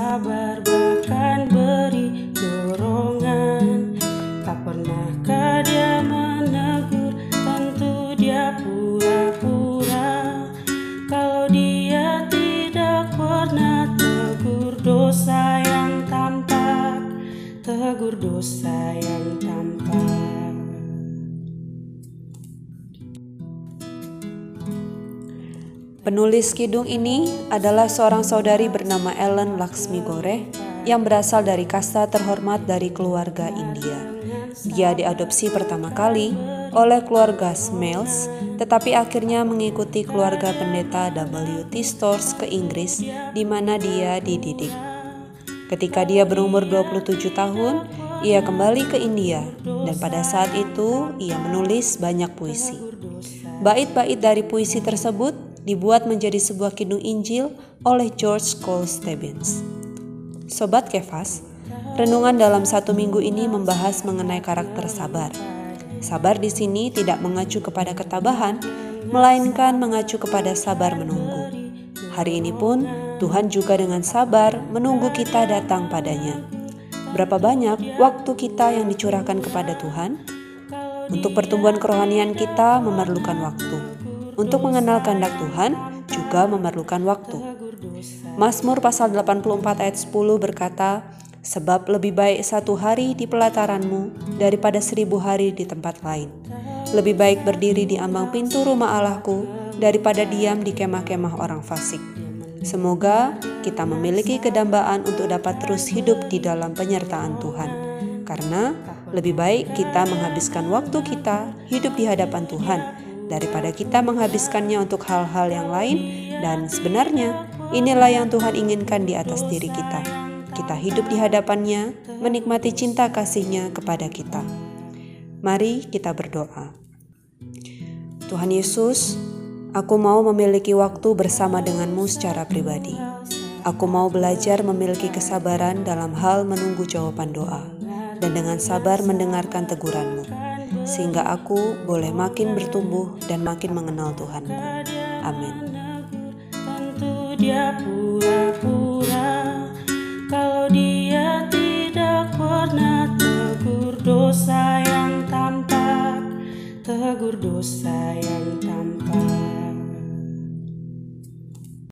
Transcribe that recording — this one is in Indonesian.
sabar bahkan beri dorongan. Tak pernahkah dia menegur, tentu dia pura-pura. Kalau dia tidak pernah tegur dosa yang tampak, tegur dosa yang tampak. Penulis kidung ini adalah seorang saudari bernama Ellen Lakshmi Gore yang berasal dari kasta terhormat dari keluarga India. Dia diadopsi pertama kali oleh keluarga Smails, tetapi akhirnya mengikuti keluarga pendeta W.T. Storrs ke Inggris, di mana dia dididik. Ketika dia berumur 27 tahun, ia kembali ke India, dan pada saat itu ia menulis banyak puisi. Bait-bait dari puisi tersebut dibuat menjadi sebuah kidung Injil oleh George Cole Stebbins. Sobat Kefas, renungan dalam satu minggu ini membahas mengenai karakter sabar. Sabar di sini tidak mengacu kepada ketabahan, melainkan mengacu kepada sabar menunggu. Hari ini pun Tuhan juga dengan sabar menunggu kita datang padanya. Berapa banyak waktu kita yang dicurahkan kepada Tuhan? Untuk pertumbuhan kerohanian kita memerlukan waktu. Untuk mengenal kehendak Tuhan juga memerlukan waktu. Mazmur pasal 84 ayat 10 berkata, "Sebab lebih baik 1 hari di pelataranmu daripada 1000 hari di tempat lain. Lebih baik berdiri di ambang pintu rumah Allahku daripada diam di kemah-kemah orang fasik." Semoga kita memiliki kedambaan untuk dapat terus hidup di dalam penyertaan Tuhan. Karena lebih baik kita menghabiskan waktu kita hidup di hadapan Tuhan daripada kita menghabiskannya untuk hal-hal yang lain, dan sebenarnya inilah yang Tuhan inginkan di atas diri kita. Kita hidup di hadapannya, menikmati cinta kasih-Nya kepada kita. Mari kita berdoa. Tuhan Yesus, aku mau memiliki waktu bersama dengan-Mu secara pribadi. Aku mau belajar memiliki kesabaran dalam hal menunggu jawaban doa, dan dengan sabar mendengarkan teguran-Mu, sehingga aku boleh makin bertumbuh dan makin mengenal Tuhan-Ku. Amin. Tentu dia pura-pura, kalau dia tidak pernah tegur dosa yang tampak, tegur dosa yang